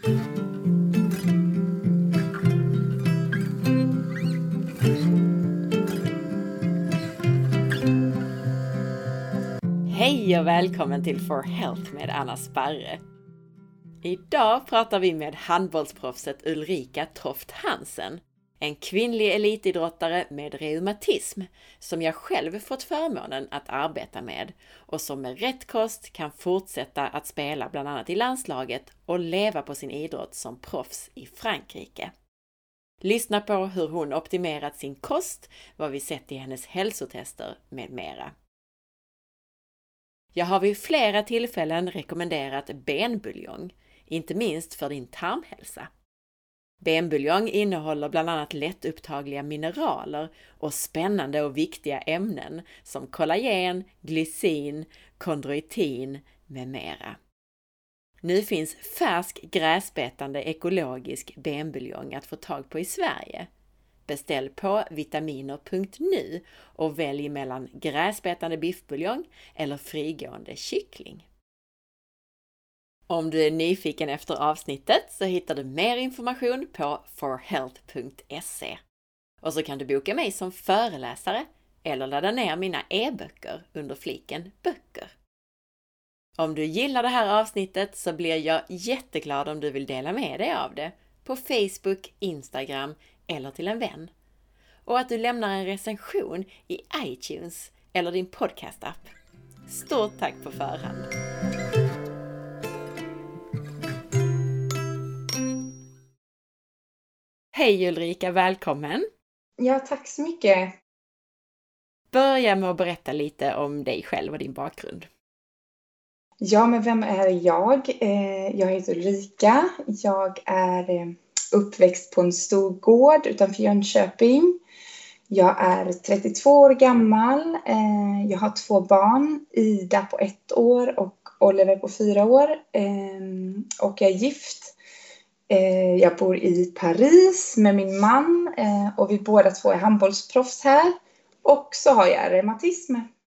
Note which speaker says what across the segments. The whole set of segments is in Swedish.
Speaker 1: Hej och välkommen till For Health med Anna Sparre. Idag pratar vi med handbollsproffset Ulrika Toft Hansen, en kvinnlig elitidrottare med reumatism som jag själv fått förmånen att arbeta med och som med rätt kost kan fortsätta att spela bland annat i landslaget och leva på sin idrott som proffs i Frankrike. Lyssna på hur hon optimerat sin kost, vad vi sett i hennes hälsotester med mera. Jag har vid flera tillfällen rekommenderat benbuljong, inte minst för din tarmhälsa. Benbuljong innehåller bland annat lättupptagliga mineraler och spännande och viktiga ämnen som kollagen, glycin, kondroitin med mera. Nu finns färsk gräsbetande ekologisk benbuljong att få tag på i Sverige. Beställ på vitaminer.nu och välj mellan gräsbetande biffbuljong eller frigående kyckling. Om du är nyfiken efter avsnittet så hittar du mer information på forhealth.se. Och så kan du boka mig som föreläsare eller ladda ner mina e-böcker under fliken böcker. Om du gillar det här avsnittet så blir jag jätteglad om du vill dela med dig av det på Facebook, Instagram eller till en vän. Och att du lämnar en recension i iTunes eller din podcast-app. Stort tack på förhand! Hej Ulrika, välkommen!
Speaker 2: Ja, tack så mycket!
Speaker 1: Börja med att berätta lite om dig själv och din bakgrund.
Speaker 2: Ja, men vem är jag? Jag heter Ulrika. Jag är uppväxt på en stor gård utanför Jönköping. Jag är 32 år gammal. Jag har 2 barn, Ida på 1 år och Oliver på 4 år. Och jag är gift. Jag bor i Paris med min man och vi båda 2 är handbollsproffs här. Och så har jag reumatism.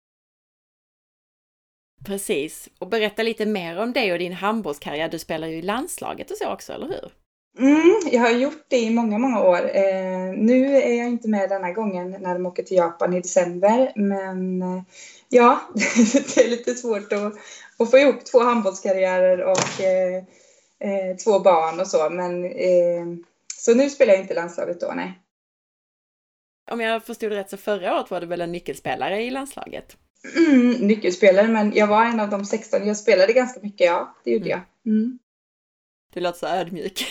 Speaker 1: Precis, och berätta lite mer om dig och din handbollskarriär. Du spelar ju i landslaget och så också, eller hur?
Speaker 2: Jag har gjort det i många år. Nu är jag inte med denna gången när de åker till Japan i december. Men ja, det är lite svårt att få ihop 2 handbollskarriärer och 2 barn och så. Men, så nu spelar jag inte landslaget då, nej.
Speaker 1: Om jag förstod rätt så förra året var du väl en nyckelspelare i landslaget?
Speaker 2: Nyckelspelare, men jag var en av de 16. Jag spelade ganska mycket, ja. Det gjorde jag.
Speaker 1: Du låter så ödmjuk.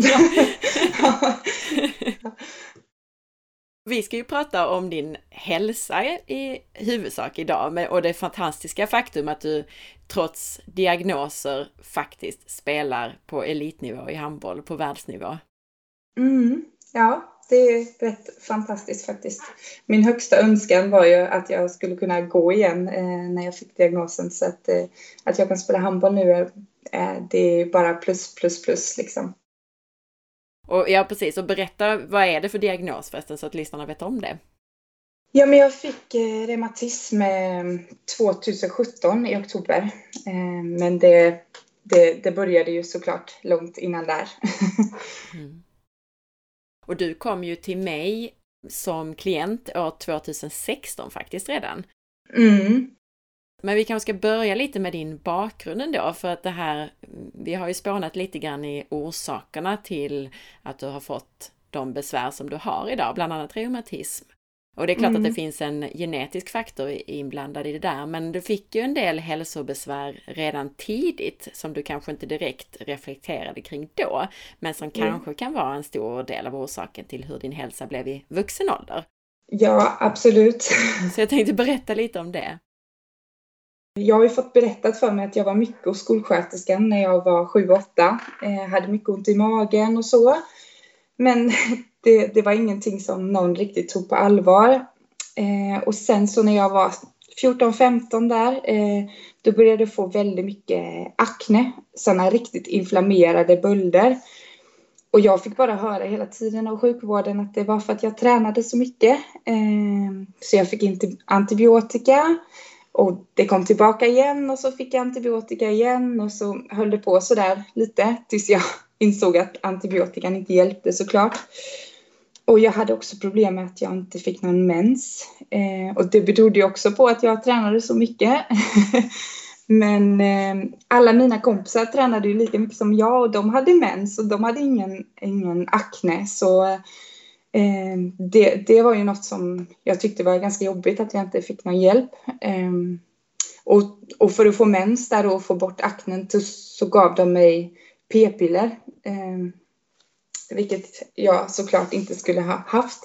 Speaker 1: Vi ska ju prata om din hälsa i huvudsak idag. Och det fantastiska faktum att du trots diagnoser faktiskt spelar på elitnivå i handboll, på världsnivå.
Speaker 2: Ja, det är rätt fantastiskt faktiskt. Min högsta önskan var ju att jag skulle kunna gå igen när jag fick diagnosen. Så att jag kan spela handboll nu det är bara plus liksom.
Speaker 1: Och ja, precis. Och berätta, vad är det för diagnos förresten så att lyssnarna vet om det?
Speaker 2: Ja, men jag fick reumatism 2017 i oktober. Men det började ju såklart långt innan där.
Speaker 1: Och du kom ju till mig som klient år 2016 faktiskt redan. Men vi kanske ska börja lite med din bakgrund ändå, för att det här, vi har ju spånat lite grann i orsakerna till att du har fått de besvär som du har idag, bland annat reumatism. Och det är klart att det finns en genetisk faktor inblandad i det där, men du fick ju en del hälsobesvär redan tidigt som du kanske inte direkt reflekterade kring då, men som kanske kan vara en stor del av orsaken till hur din hälsa blev i vuxen ålder.
Speaker 2: Ja, absolut.
Speaker 1: Så jag tänkte berätta lite om det.
Speaker 2: Jag har ju fått berättat för mig att jag var mycket hos skolsköterskan när jag var 7-8. Hade mycket ont i magen och så. Men det var ingenting som någon riktigt tog på allvar. Och sen så när jag var 14-15 där, då började jag få väldigt mycket akne. Sådana riktigt inflammerade bölder. Och jag fick bara höra hela tiden av sjukvården att det var för att jag tränade så mycket. Så jag fick inte antibiotika. Och det kom tillbaka igen och så fick jag antibiotika igen. Och så höll det på så där lite tills jag insåg att antibiotikan inte hjälpte såklart. Och jag hade också problem med att jag inte fick någon mens. Och det berodde ju också på att jag tränade så mycket. Men alla mina kompisar tränade ju lika mycket som jag och de hade mens och de hade ingen akne. Så det var ju något som jag tyckte var ganska jobbigt att jag inte fick någon hjälp. Och för att få mens där och få bort aknen så gav de mig p-piller. Vilket jag såklart inte skulle ha haft.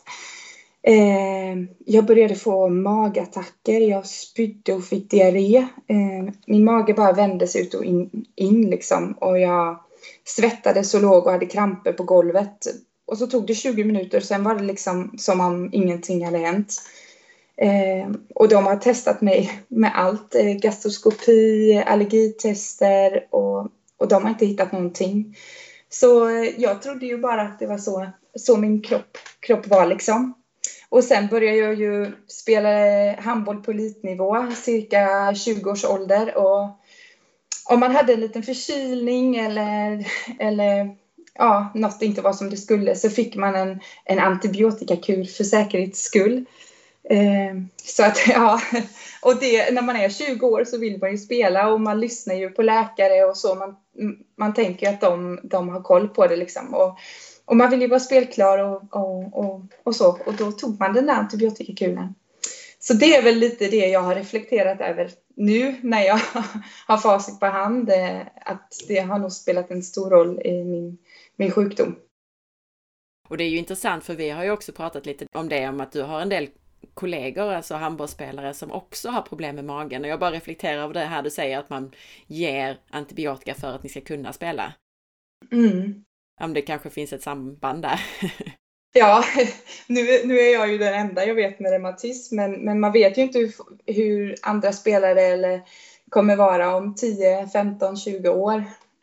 Speaker 2: Jag började få magattacker. Jag spydde och fick diarré. Min mage bara vändes ut och in liksom. Och jag svettades och låg och hade kramper på golvet. Och så tog det 20 minuter. Sen var det liksom som om ingenting hade hänt. Och de har testat mig med allt. Gastroskopi, allergitester. Och de har inte hittat någonting. Så jag trodde ju bara att det var så min kropp var liksom. Och sen började jag ju spela handboll på elitnivå, cirka 20 års ålder. Och om man hade en liten förkylning eller något inte var som det skulle så fick man en antibiotikakur för säkerhets skull. Så att och det, när man är 20 år så vill man ju spela och man lyssnar ju på läkare och så. Man tänker att de har koll på det liksom. Och man vill ju vara spelklar och så. Och då tog man den där antibiotikakuren. Så det är väl lite det jag har reflekterat över nu när jag har facit på hand. Att det har nog spelat en stor roll i min sjukdom.
Speaker 1: Och det är ju intressant för vi har ju också pratat lite om det, om att du har en del kollegor, alltså handbollsspelare som också har problem med magen. Och jag bara reflekterar över det här du säger att man ger antibiotika för att ni ska kunna spela. Om det kanske finns ett samband där.
Speaker 2: Ja, nu är jag ju den enda jag vet med reumatism, men man vet ju inte hur andra spelare eller kommer vara om 10, 15, 20 år.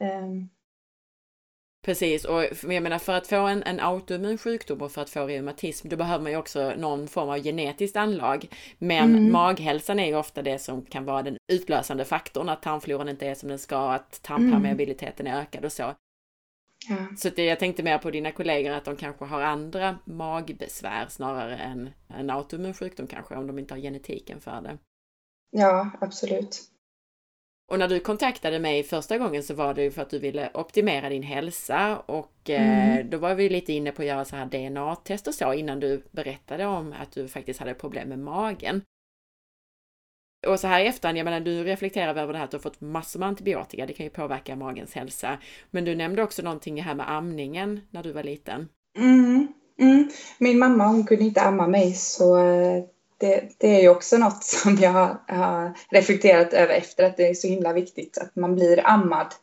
Speaker 1: Precis, och jag menar för att få en autoimmun sjukdom och för att få reumatism då behöver man ju också någon form av genetiskt anlag. Men maghälsan är ju ofta det som kan vara den utlösande faktorn, att tarmfloran inte är som den ska, att tarmpermeabiliteten är ökad och så.
Speaker 2: Ja.
Speaker 1: Så jag tänkte mer på dina kollegor att de kanske har andra magbesvär snarare än en autoimmun sjukdom kanske, om de inte har genetiken för det.
Speaker 2: Ja, absolut.
Speaker 1: Och när du kontaktade mig första gången så var det ju för att du ville optimera din hälsa och då var vi lite inne på att göra så här DNA-test och så innan du berättade om att du faktiskt hade problem med magen. Och så här i efterhand, jag menar du reflekterar över det här att du har fått massor med antibiotika, det kan ju påverka magens hälsa. Men du nämnde också någonting här med amningen när du var liten.
Speaker 2: Min mamma hon kunde inte amma mig så det är ju också något som jag har reflekterat över efter att det är så himla viktigt att man blir ammad.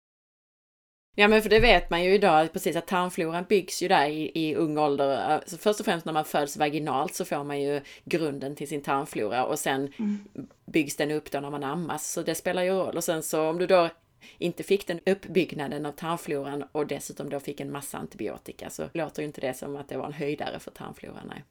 Speaker 1: Ja men för det vet man ju idag precis att tarmfloran byggs ju där i ung ålder. Alltså först och främst när man föds vaginalt så får man ju grunden till sin tarmflora och sen byggs den upp då när man ammas. Så det spelar ju roll. Och sen så om du då inte fick den uppbyggnaden av tarmfloran och dessutom då fick en massa antibiotika så låter ju inte det som att det var en höjdare för tarmfloran. Nej.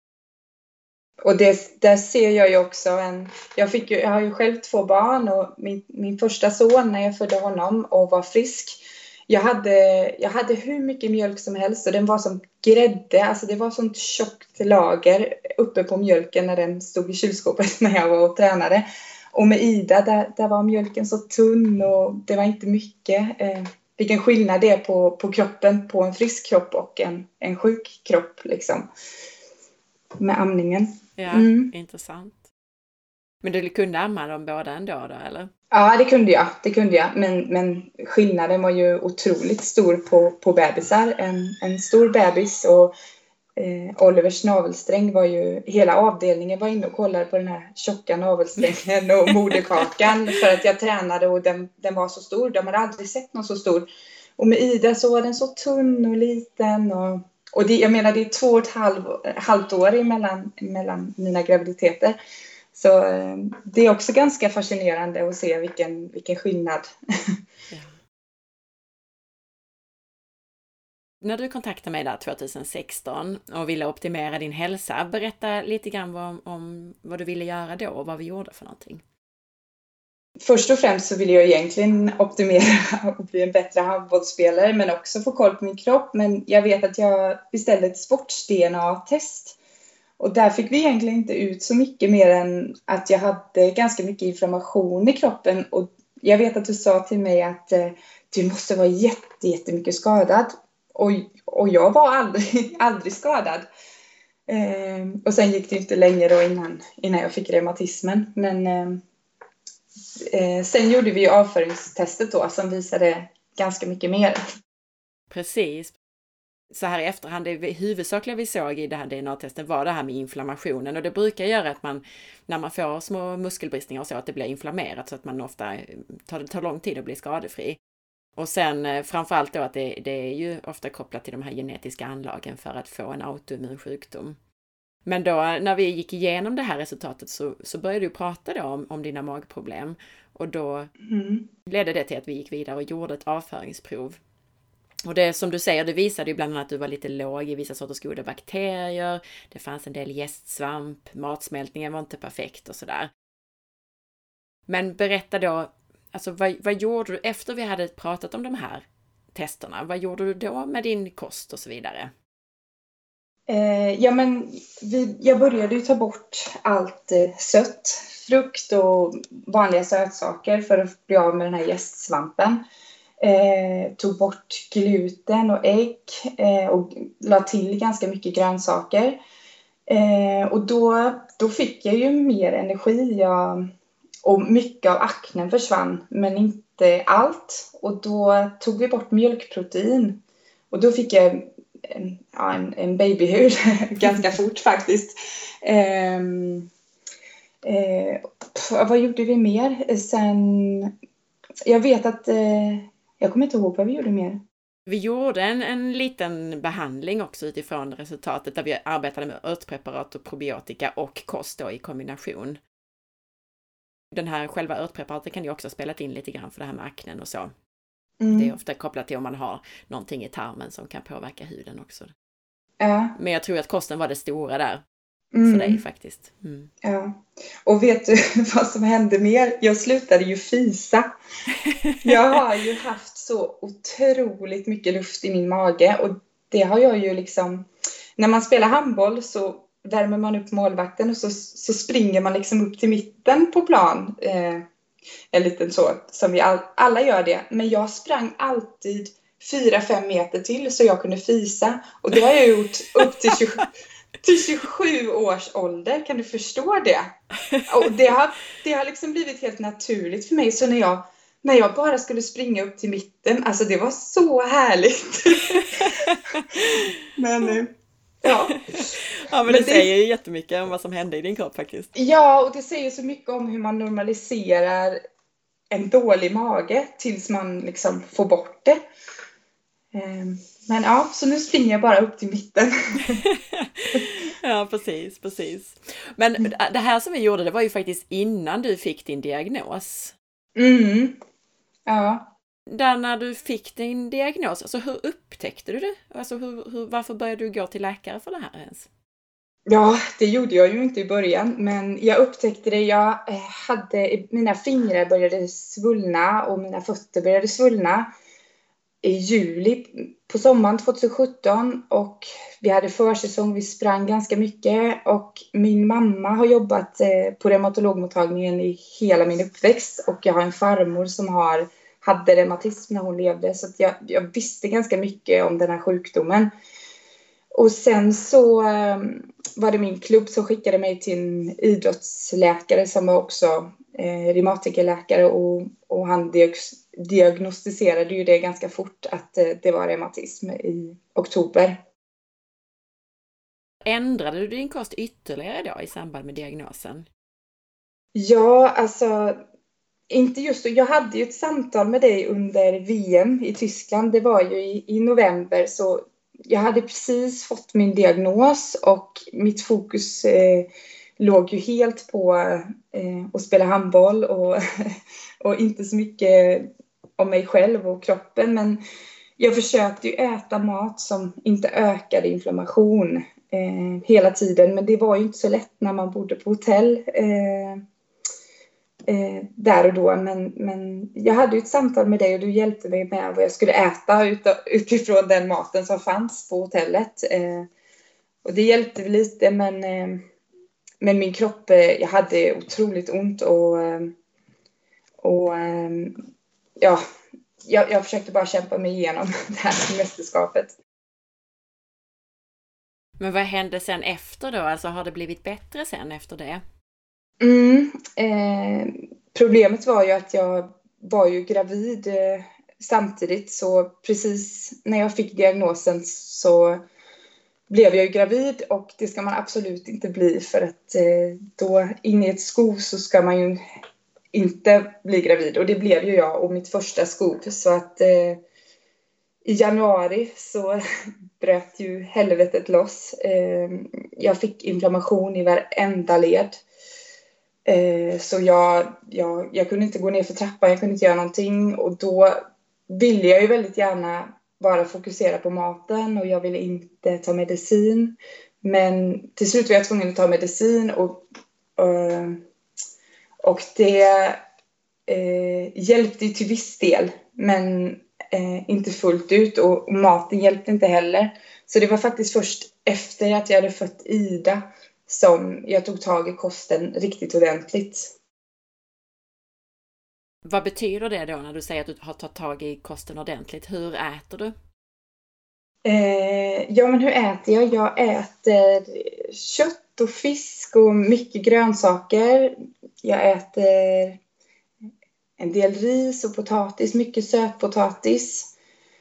Speaker 2: Och där ser jag ju också jag har ju själv 2 barn och min första son när jag födde honom och var frisk. Jag hade hur mycket mjölk som helst och den var som grädde. Alltså det var sånt tjockt lager uppe på mjölken när den stod i kylskåpet när jag var och tränade. Och med Ida, där var mjölken så tunn och det var inte mycket. Vilken skillnad det är på kroppen, på en frisk kropp och en sjuk kropp liksom. Med amningen.
Speaker 1: Ja, intressant. Men du kunde amma dem båda ändå då, eller?
Speaker 2: Ja, det kunde jag. Men skillnaden var ju otroligt stor på bebisar. En stor bebis och Olivers navelsträng var ju, hela avdelningen var inne och kollade på den här tjocka navelsträngen och moderkakan för att jag tränade och den var så stor. De hade aldrig sett någon så stor. Och med Ida så var den så tunn och liten och det, jag menar det är 2,5 år emellan mina graviditeter. Så det är också ganska fascinerande att se vilken skillnad.
Speaker 1: Ja. När du kontaktade mig där 2016 och ville optimera din hälsa, berätta lite grann om vad du ville göra då och vad vi gjorde för någonting.
Speaker 2: Först och främst så vill jag egentligen optimera och bli en bättre handbollsspelare, men också få koll på min kropp. Men jag vet att jag beställde ett sports-DNA-test. Och där fick vi egentligen inte ut så mycket mer än att jag hade ganska mycket inflammation i kroppen. Och jag vet att du sa till mig att du måste vara jättemycket skadad. Och jag var aldrig skadad. Och sen gick det inte länge då innan jag fick reumatismen. Men sen gjorde vi avföringstestet då som visade ganska mycket mer.
Speaker 1: Precis. Så här i efterhand, det huvudsakliga vi såg i det här DNA-testet var det här med inflammationen. Och det brukar göra att man, när man får små muskelbristningar och så, att det blir inflammerat så att man ofta tar lång tid att bli skadefri. Och sen framförallt då att det är ju ofta kopplat till de här genetiska anlagen för att få en autoimmun sjukdom. Men då när vi gick igenom det här resultatet så började du prata då om dina magproblem. Och då ledde det till att vi gick vidare och gjorde ett avföringsprov. Och det som du säger, det visade ju bland annat att du var lite låg i vissa sorters goda bakterier. Det fanns en del jästsvamp, matsmältningen var inte perfekt och sådär. Men berätta då, alltså vad gjorde du efter vi hade pratat om de här testerna? Vad gjorde du då med din kost och så vidare?
Speaker 2: Jag började ju ta bort allt sött, frukt och vanliga sötsaker för att bli av med den här jästsvampen. Tog bort gluten och ägg och la till ganska mycket grönsaker. Och då fick jag ju mer energi och mycket av aknen försvann, men inte allt. Och då tog vi bort mjölkprotein och då fick jag en babyhud ganska fort faktiskt. Vad gjorde vi mer? Sen, jag vet att jag kommer inte ihåg vad vi gjorde mer.
Speaker 1: Vi gjorde en liten behandling också utifrån resultatet där vi arbetade med örtpreparat och probiotika och kost då i kombination. Den här själva örtpreparatet kan ju också ha spelat in lite grann för det här med aknen och så. Det är ofta kopplat till om man har någonting i tarmen som kan påverka huden också.
Speaker 2: Ja.
Speaker 1: Men jag tror att kosten var det stora där för dig faktiskt.
Speaker 2: Ja. Och vet du vad som hände mer? Jag slutade ju fisa. Jag har ju haft så otroligt mycket luft i min mage. Och det har jag ju liksom... När man spelar handboll så värmer man upp målvakten och så springer man liksom upp till mitten på plan. En liten så, som vi alla gör det. Men jag sprang alltid 4-5 meter till så jag kunde fisa. Och det har jag gjort upp till 27 års ålder. Kan du förstå det? Och det har liksom blivit helt naturligt för mig. Så när jag bara skulle springa upp till mitten, alltså det var så härligt. Men ja.
Speaker 1: Ja, men det säger ju jättemycket om vad som hände i din kropp faktiskt.
Speaker 2: Ja, och det säger så mycket om hur man normaliserar en dålig mage tills man liksom får bort det. Men ja, så nu springer jag bara upp till mitten.
Speaker 1: Ja, precis. Men det här som vi gjorde, det var ju faktiskt innan du fick din diagnos.
Speaker 2: Ja.
Speaker 1: Där när du fick din diagnos, alltså hur upptäckte du det? Alltså varför började du gå till läkare för det här ens?
Speaker 2: Ja, det gjorde jag ju inte i början, men jag upptäckte det. Mina fingrar började svullna och mina fötter började svullna i juli på sommaren 2017 och vi hade försäsong, vi sprang ganska mycket och min mamma har jobbat på reumatologmottagningen i hela min uppväxt och jag har en farmor som hade reumatism när hon levde så att jag visste ganska mycket om den här sjukdomen. Och sen så var det min klubb som skickade mig till en idrottsläkare som var också reumatikerläkare och han diagnostiserade ju det ganska fort att det var reumatism i oktober.
Speaker 1: Ändrade du din kost ytterligare då i samband med diagnosen?
Speaker 2: Ja, alltså inte just då. Jag hade ju ett samtal med dig under VM i Tyskland. Det var ju i november så jag hade precis fått min diagnos och mitt fokus låg ju helt på att spela handboll och inte så mycket om mig själv och kroppen. Men jag försökte ju äta mat som inte ökade inflammation hela tiden. Men det var ju inte så lätt när man bodde på hotell. där och då. Men jag hade ju ett samtal med dig och du hjälpte mig med vad jag skulle äta utifrån den maten som fanns på hotellet. Och det hjälpte väl lite, men min kropp, jag hade otroligt ont och ja, jag försökte bara kämpa mig igenom det här mästerskapet.
Speaker 1: Men vad hände sen efter då? Alltså har det blivit bättre sen efter det?
Speaker 2: Problemet var ju att jag var ju gravid samtidigt, så precis när jag fick diagnosen så blev jag ju gravid, och det ska man absolut inte bli, för att då inne i ett skov så ska man ju inte bli gravid, och det blev ju jag och mitt första skov. Så att i januari så bröt ju helvetet loss. Jag fick inflammation i varenda led. Så jag kunde inte gå ner för trappan, jag kunde inte göra någonting, och då ville jag ju väldigt gärna bara fokusera på maten, och jag ville inte ta medicin. Men till slut var jag tvungen att ta medicin, och det hjälpte till viss del, men inte fullt ut, och maten hjälpte inte heller. Så det var faktiskt först efter att jag hade fött Ida som jag tog tag i kosten riktigt ordentligt.
Speaker 1: Vad betyder det då när du säger att du har tagit tag i kosten ordentligt? Hur äter du?
Speaker 2: Ja, men hur äter jag? Jag äter kött och fisk och mycket grönsaker. Jag äter en del ris och potatis, mycket sötpotatis.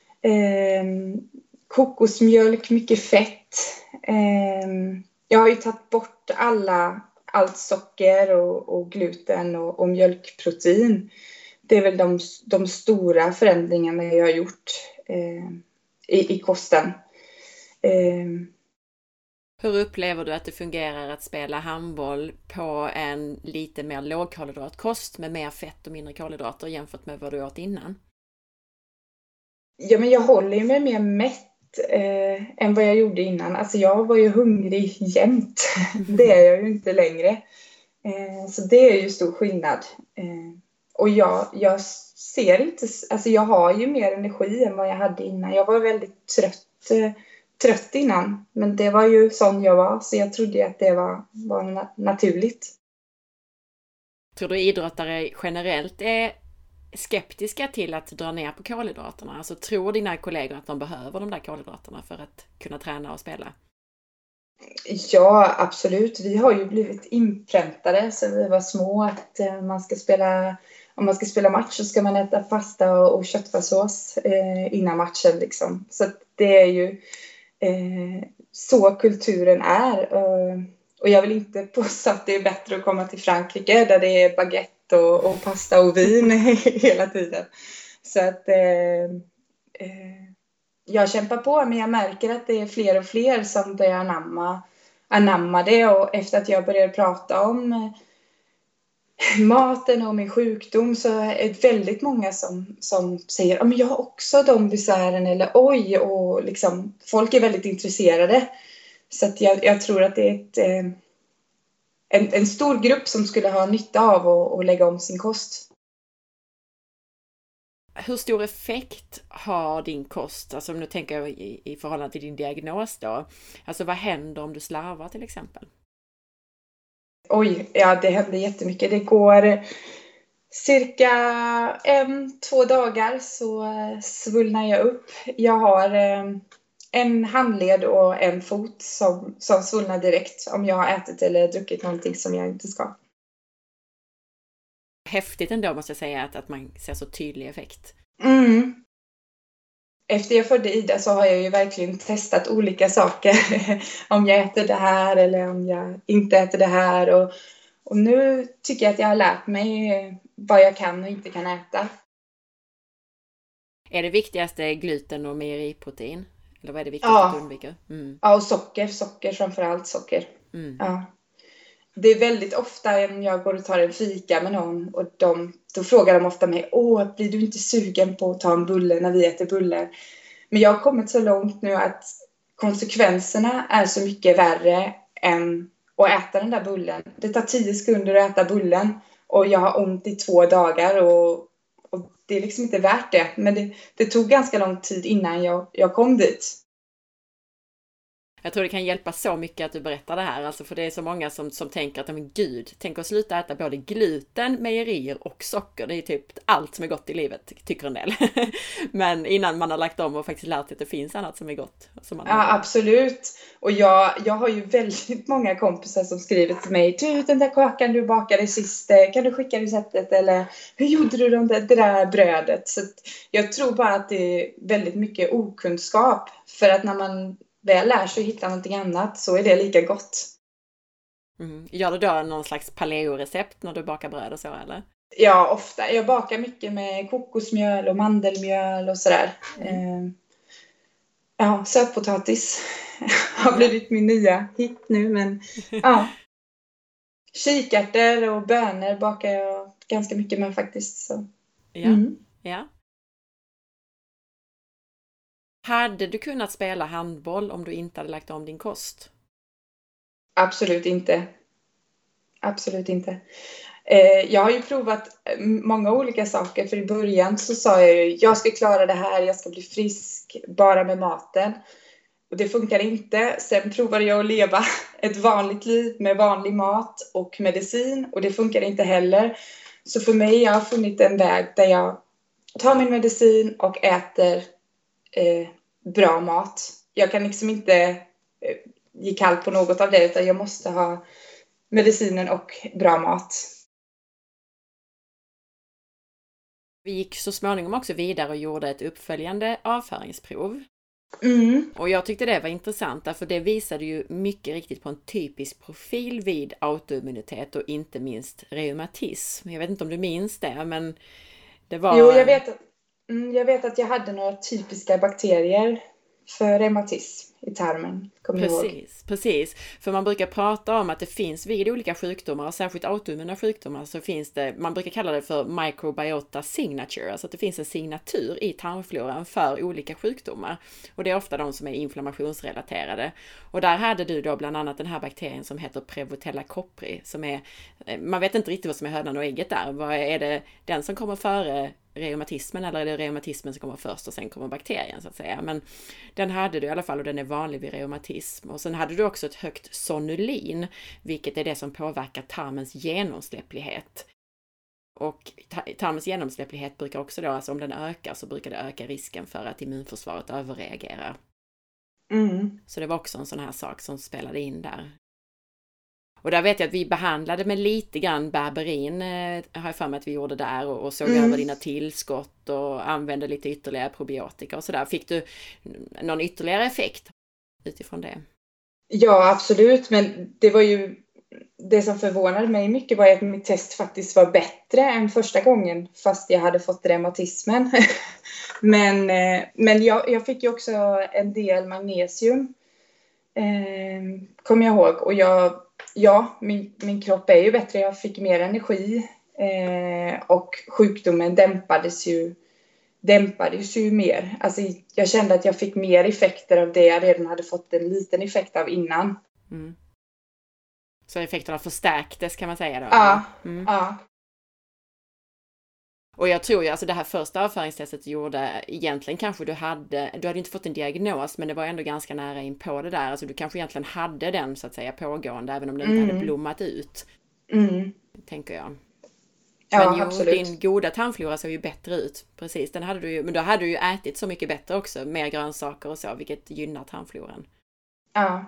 Speaker 2: Kokosmjölk, mycket fett. Jag har ju tagit bort allt socker och gluten och mjölkprotein. Det är väl de stora förändringarna jag har gjort i kosten.
Speaker 1: Hur upplever du att det fungerar att spela handboll på en lite mer lågkolhydratkost med mer fett och mindre kolhydrater jämfört med vad du åt innan?
Speaker 2: Ja, men jag håller mig mer mätt än vad jag gjorde innan. Alltså jag var ju hungrig jämt. Det är jag ju inte längre. Så det är ju stor skillnad. Och jag ser inte, alltså jag har ju mer energi än vad jag hade innan. Jag var väldigt trött innan, men det var ju sån jag var, så jag trodde att det var naturligt.
Speaker 1: Tror du idrottare generellt är skeptiska till att dra ner på kolhydraterna? Alltså tror dina kollegor att de behöver de där kolhydraterna för att kunna träna och spela?
Speaker 2: Ja, absolut. Vi har ju blivit inpräntade så vi var små att om man ska spela match så ska man äta pasta och köttfärssås innan matchen liksom. Så det är ju så kulturen är. Och jag vill inte påstå att det är bättre att komma till Frankrike där det är baguette och pasta och vin hela tiden. Så att jag kämpar på, men jag märker att det är fler och fler som börjar anamma det. Och efter att jag började prata om maten och min sjukdom så är det väldigt många som säger att jag har också de besvären, eller oj, och liksom, folk är väldigt intresserade. Så att jag tror att det är en stor grupp som skulle ha nytta av att lägga om sin kost.
Speaker 1: Hur stor effekt har din kost, alltså om du tänker i förhållande till din diagnos då? Alltså vad händer om du slarvar till exempel?
Speaker 2: Oj, ja det händer jättemycket. Det går cirka 1-2 dagar så svullnar jag upp. Jag har en handled och en fot som svullnar direkt om jag har ätit eller druckit någonting som jag inte ska.
Speaker 1: Häftigt ändå måste jag säga att man ser så tydlig effekt.
Speaker 2: Efter jag födde Ida så har jag ju verkligen testat olika saker. Om jag äter det här eller om jag inte äter det här. Och nu tycker jag att jag har lärt mig vad jag kan och inte kan äta.
Speaker 1: Är det viktigaste gluten och mejeriprotein? Eller vad är det viktigaste att undvika?
Speaker 2: Ja, och socker, framförallt socker. Ja. Det är väldigt ofta när jag går och tar en fika med någon och då frågar de ofta mig, blir du inte sugen på att ta en bulle när vi äter bullar? Men jag har kommit så långt nu att konsekvenserna är så mycket värre än att äta den där bullen. Det tar 10 sekunder att äta bullen och jag har ont i 2 dagar och det är liksom inte värt det. Men det tog ganska lång tid innan jag kom dit.
Speaker 1: Jag tror det kan hjälpa så mycket att du berättar det här, alltså för det är så många som tänker att men gud, tänk att sluta äta både gluten, mejerier och socker. Det är typ allt som är gott i livet, tycker en del. Men innan man har lagt om och faktiskt lärt sig att det finns annat som är gott.
Speaker 2: Ja, absolut. Och jag har ju väldigt många kompisar som skriver till mig: du, den där kakan du bakade sist, kan du skicka receptet? Eller hur gjorde du det där brödet? Så jag tror bara att det är väldigt mycket okunskap. För att när man väl lär sig hitta någonting annat så är det lika gott.
Speaker 1: Gör du då någon slags paleo-recept när du bakar bröd och så, eller?
Speaker 2: Ja, ofta. Jag bakar mycket med kokosmjöl och mandelmjöl och sådär. Ja, sötpotatis har blivit min nya hit nu, men ja. Kikärtor och bönor bakar jag ganska mycket med faktiskt. Så.
Speaker 1: Ja. Hade du kunnat spela handboll om du inte hade lagt om din kost?
Speaker 2: Absolut inte. Absolut inte. Jag har ju provat många olika saker. För i början så sa jag ska klara det här, jag ska bli frisk bara med maten. Och det funkar inte. Sen provade jag att leva ett vanligt liv med vanlig mat och medicin. Och det funkar inte heller. Så för mig, jag har funnit en väg där jag tar min medicin och äter bra mat. Jag kan liksom inte ge kall på något av det, utan jag måste ha medicinen och bra mat.
Speaker 1: Vi gick så småningom också vidare och gjorde ett uppföljande avföringsprov. Och jag tyckte det var intressant, därför det visade ju mycket riktigt på en typisk profil vid autoimmunitet och inte minst reumatism. Jag vet inte om du minns det, men det var...
Speaker 2: Jo, jag vet att jag hade några typiska bakterier för reumatism i tarmen.
Speaker 1: Precis. För man brukar prata om att det finns vid olika sjukdomar, och särskilt autoimmuna sjukdomar, så finns det, man brukar kalla det för microbiota signature, alltså att det finns en signatur i tarmfloran för olika sjukdomar. Och det är ofta de som är inflammationsrelaterade. Och där hade du då bland annat den här bakterien som heter Prevotella copri, som är, man vet inte riktigt vad som är hönan och ägget där. Vad är det, den som kommer före reumatismen, eller är det reumatismen som kommer först och sen kommer bakterien så att säga? Men den hade du i alla fall, och den är vanlig vid reumatism. Och sen hade du också ett högt sonulin, vilket är det som påverkar tarmens genomsläpplighet. Och tarmens genomsläpplighet brukar också då, alltså om den ökar så brukar det öka risken för att immunförsvaret överreagerar. Så det var också en sån här sak som spelade in där. Och där vet jag att vi behandlade med lite grann berberin, har jag för mig att vi gjorde där, och såg över dina tillskott och använde lite ytterligare probiotika och sådär. Fick du någon ytterligare effekt utifrån det?
Speaker 2: Ja, absolut. Men det var ju, det som förvånade mig mycket var att mitt test faktiskt var bättre än första gången, fast jag hade fått reumatismen. men jag fick ju också en del magnesium, kommer jag ihåg. Och min kropp är ju bättre. Jag fick mer energi och sjukdomen dämpades ju mer. Alltså jag kände att jag fick mer effekter av det jag redan hade fått en liten effekt av innan.
Speaker 1: Så effekterna förstärktes kan man säga då?
Speaker 2: Ja.
Speaker 1: Och jag tror ju, alltså det här första avföringstestet gjorde, egentligen kanske du hade inte fått en diagnos, men det var ändå ganska nära in på det där. Alltså du kanske egentligen hade den så att säga pågående, även om den inte hade blommat ut. Tänker jag. Men
Speaker 2: absolut.
Speaker 1: Din goda tarmflora såg ju bättre ut. Precis, den hade du ju, men då hade du ju ätit så mycket bättre också, mer grönsaker och så, vilket gynnar tarmfloran.
Speaker 2: Ja.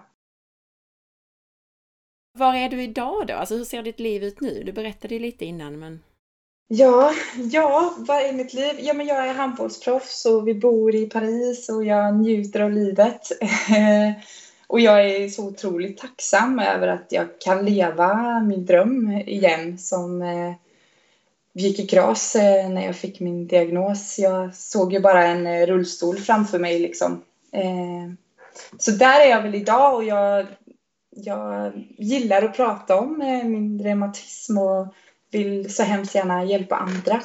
Speaker 1: Var är du idag då? Alltså hur ser ditt liv ut nu? Du berättade ju lite innan, men...
Speaker 2: Ja, vad är mitt liv? Ja, men jag är handbollsproffs och vi bor i Paris och jag njuter av livet. Och jag är så otroligt tacksam över att jag kan leva min dröm igen, som gick i kras när jag fick min diagnos. Jag såg ju bara en rullstol framför mig liksom. Så där är jag väl idag, och jag gillar att prata om min reumatism och vill så hemskt gärna hjälpa andra.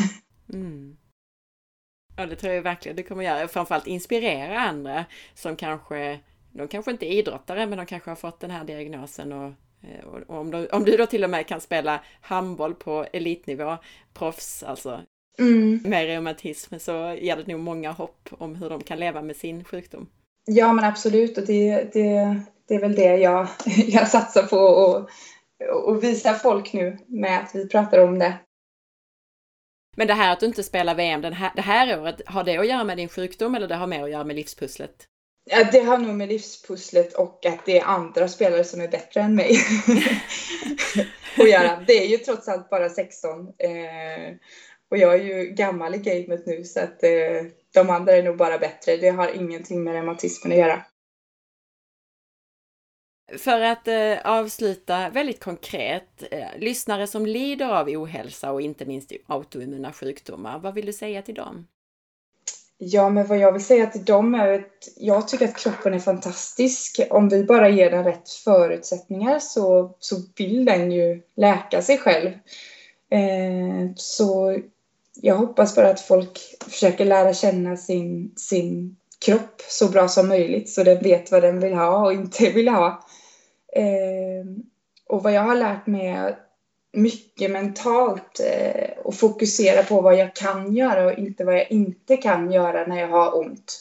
Speaker 1: Ja, det tror jag verkligen du kommer göra. Framförallt inspirera andra som de kanske inte är idrottare, men de kanske har fått den här diagnosen och Och om du då till och med kan spela handboll på elitnivå, proffs alltså, med reumatism, så ger det nog många hopp om hur de kan leva med sin sjukdom.
Speaker 2: Ja, men absolut. Och det är väl det jag satsar på och visa folk nu med att vi pratar om det.
Speaker 1: Men det här att du inte spelar VM det här året, har det att göra med din sjukdom eller det har mer att göra med livspusslet?
Speaker 2: Ja, det har nog med livspusslet och att det är andra spelare som är bättre än mig att göra. Det är ju trots allt bara 16 och jag är ju gammal i gamet nu, så att de andra är nog bara bättre. Det har ingenting med reumatismen att göra.
Speaker 1: För att avsluta väldigt konkret, lyssnare som lider av ohälsa och inte minst autoimmuna sjukdomar, vad vill du säga till dem?
Speaker 2: Ja, men vad jag vill säga till dem är att jag tycker att kroppen är fantastisk. Om vi bara ger den rätt förutsättningar så vill den ju läka sig själv. Så jag hoppas bara att folk försöker lära känna sin kropp så bra som möjligt, så den vet vad den vill ha och inte vill ha. Och vad jag har lärt mig mycket mentalt och fokusera på vad jag kan göra och inte vad jag inte kan göra när jag har ont.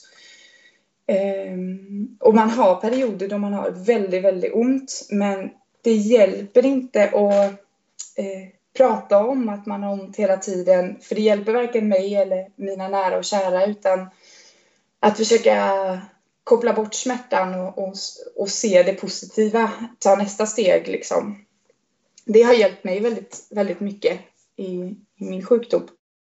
Speaker 2: Och man har perioder då man har väldigt, väldigt ont, men det hjälper inte att prata om att man har ont hela tiden, för det hjälper varken mig eller mina nära och kära, utan att försöka koppla bort smärtan och se det positiva, ta nästa steg liksom. Det har hjälpt mig väldigt, väldigt mycket i min sjukdom.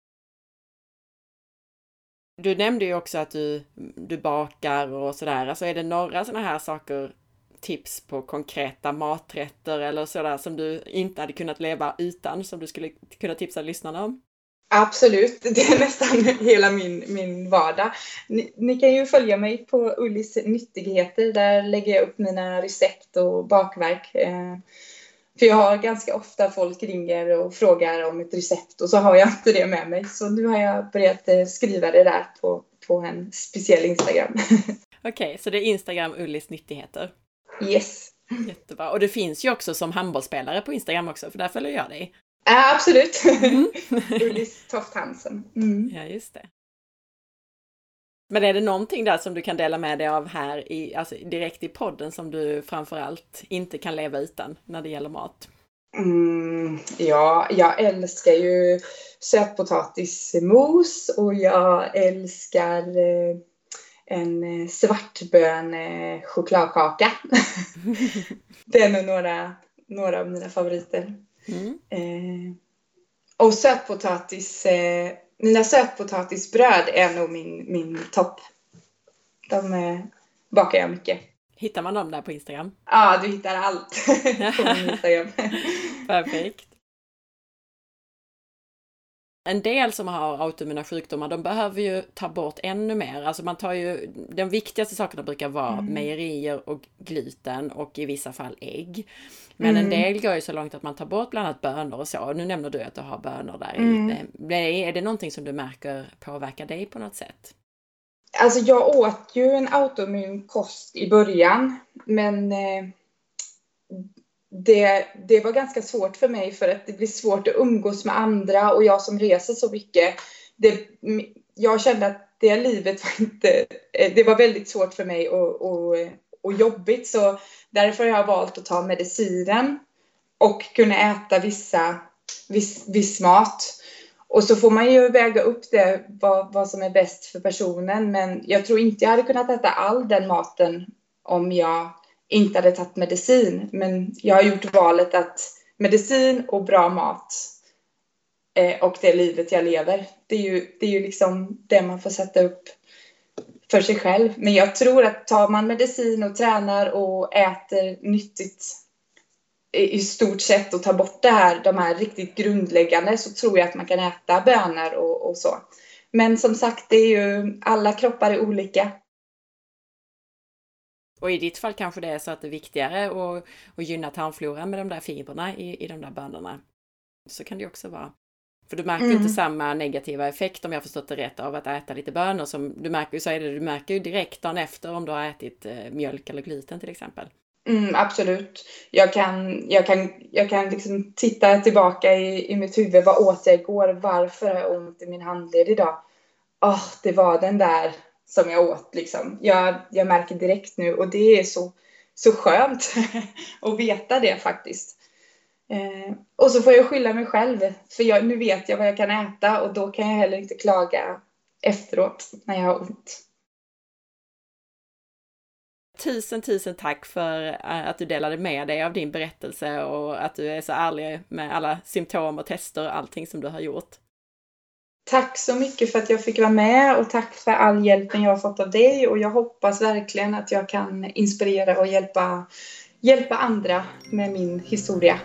Speaker 1: Du nämnde ju också att du bakar och sådär. Alltså är det några sådana här saker, tips på konkreta maträtter eller sådär som du inte hade kunnat leva utan, som du skulle kunna tipsa lyssnarna om?
Speaker 2: Absolut, det är nästan hela min vardag. Ni kan ju följa mig på Ullis nyttigheter. Där lägger jag upp mina recept och bakverk. För jag har ganska ofta folk ringer och frågar om ett recept och så har jag inte det med mig. Så nu har jag börjat skriva det där på en speciell Instagram.
Speaker 1: Okej, så det är Instagram Ullis nyttigheter?
Speaker 2: Yes.
Speaker 1: Jättebra. Och det finns ju också som handbollsspelare på Instagram också, för där följer jag dig.
Speaker 2: Absolut. Ullis Toft-Hansen.
Speaker 1: Ja, just det. Men är det någonting där som du kan dela med dig av här alltså direkt i podden som du framförallt inte kan leva utan när det gäller mat?
Speaker 2: Ja, jag älskar ju sötpotatismos och jag älskar en svartbön chokladkaka. Det är nog några av mina favoriter. Och sötpotatis, mina sötpotatisbröd är nog min topp. De bakar jag mycket.
Speaker 1: Hittar man dem där på Instagram?
Speaker 2: Ja, du hittar allt på min Instagram.
Speaker 1: Perfekt. En del som har autoimmuna sjukdomar, de behöver ju ta bort ännu mer. Alltså man tar ju, de viktigaste sakerna brukar vara mejerier och gluten och i vissa fall ägg. Men en del går ju så långt att man tar bort bland annat bönor och så. Nu nämner du att du har bönor där. Är det någonting som du märker påverkar dig på något sätt?
Speaker 2: Alltså jag åt ju en autoimmun kost i början, men det var ganska svårt för mig för att det blir svårt att umgås med andra och jag som reser så mycket. Jag kände att det livet det var väldigt svårt för mig och jobbigt, så därför har jag valt att ta medicinen och kunna äta viss mat. Och så får man ju väga upp det, vad som är bäst för personen. Men jag tror inte jag hade kunnat äta all den maten om jag inte hade tagit medicin. Men jag har gjort valet att medicin och bra mat och det livet jag lever. Det är ju liksom det man får sätta upp för sig själv. Men jag tror att tar man medicin och tränar och äter nyttigt i stort sett och tar bort de här riktigt grundläggande, så tror jag att man kan äta bönor och så. Men som sagt, det är ju, alla kroppar är olika.
Speaker 1: Och i ditt fall kanske det är så att det är viktigare att gynna tarmfloran med de där fibrerna i de där bönorna. Så kan det också vara. För du märker ju inte samma negativa effekt, om jag har förstått det rätt, av att äta lite bönor som du märker ju direkt dagen efter om du har ätit mjölk eller gluten till exempel.
Speaker 2: Absolut. Jag kan liksom titta tillbaka i mitt huvud. Vad åt jag igår? Varför har jag ont i min handled idag? Det var den där som jag åt liksom. Jag märker direkt nu, och det är så skönt att veta det faktiskt. Och så får jag skylla mig själv, för nu vet jag vad jag kan äta, och då kan jag heller inte klaga efteråt när jag har ont.
Speaker 1: Tusen tack för att du delade med dig av din berättelse och att du är så ärlig med alla symptom och tester och allting som du har gjort.
Speaker 2: Tack så mycket för att jag fick vara med, och tack för all hjälpen jag har fått av dig, och jag hoppas verkligen att jag kan inspirera och hjälpa andra med min historia.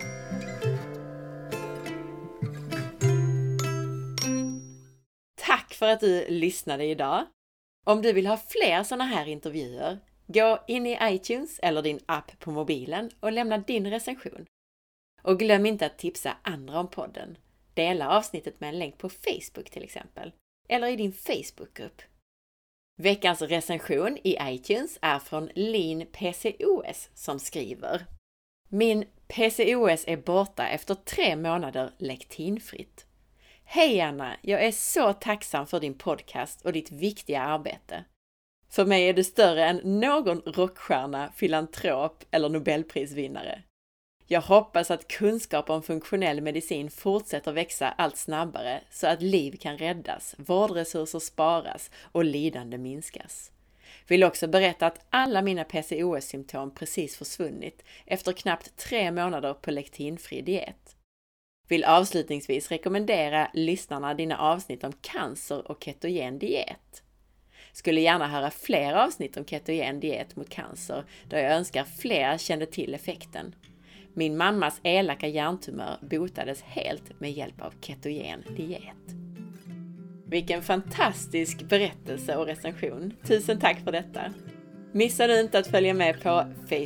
Speaker 1: Tack för att du lyssnade idag. Om du vill ha fler sådana här intervjuer, gå in i iTunes eller din app på mobilen och lämna din recension. Och glöm inte att tipsa andra om podden. Dela avsnittet med en länk på Facebook till exempel, eller i din Facebookgrupp. Veckans recension i iTunes är från Lin PCOS som skriver: Min PCOS är borta efter 3 månader lektinfritt. Hej Anna, jag är så tacksam för din podcast och ditt viktiga arbete. För mig är du större än någon rockstjärna, filantrop eller Nobelprisvinnare. Jag hoppas att kunskap om funktionell medicin fortsätter växa allt snabbare så att liv kan räddas, vårdresurser sparas och lidande minskas. Vill också berätta att alla mina PCOS-symptom precis försvunnit efter knappt 3 månader på lektinfri diet. Vill avslutningsvis rekommendera lyssnarna dina avsnitt om cancer och ketogen diet. Skulle gärna höra fler avsnitt om ketogen diet mot cancer, då jag önskar fler kände till effekten. Min mammas elaka hjärntumör botades helt med hjälp av ketogen diet. Vilken fantastisk berättelse och recension. Tusen tack för detta. Missa du inte att följa med på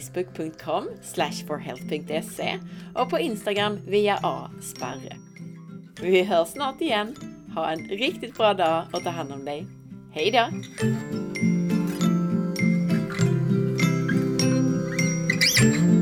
Speaker 1: facebook.com/forhealth.se och på Instagram via asparre. Vi hörs snart igen. Ha en riktigt bra dag och ta hand om dig. Hej då!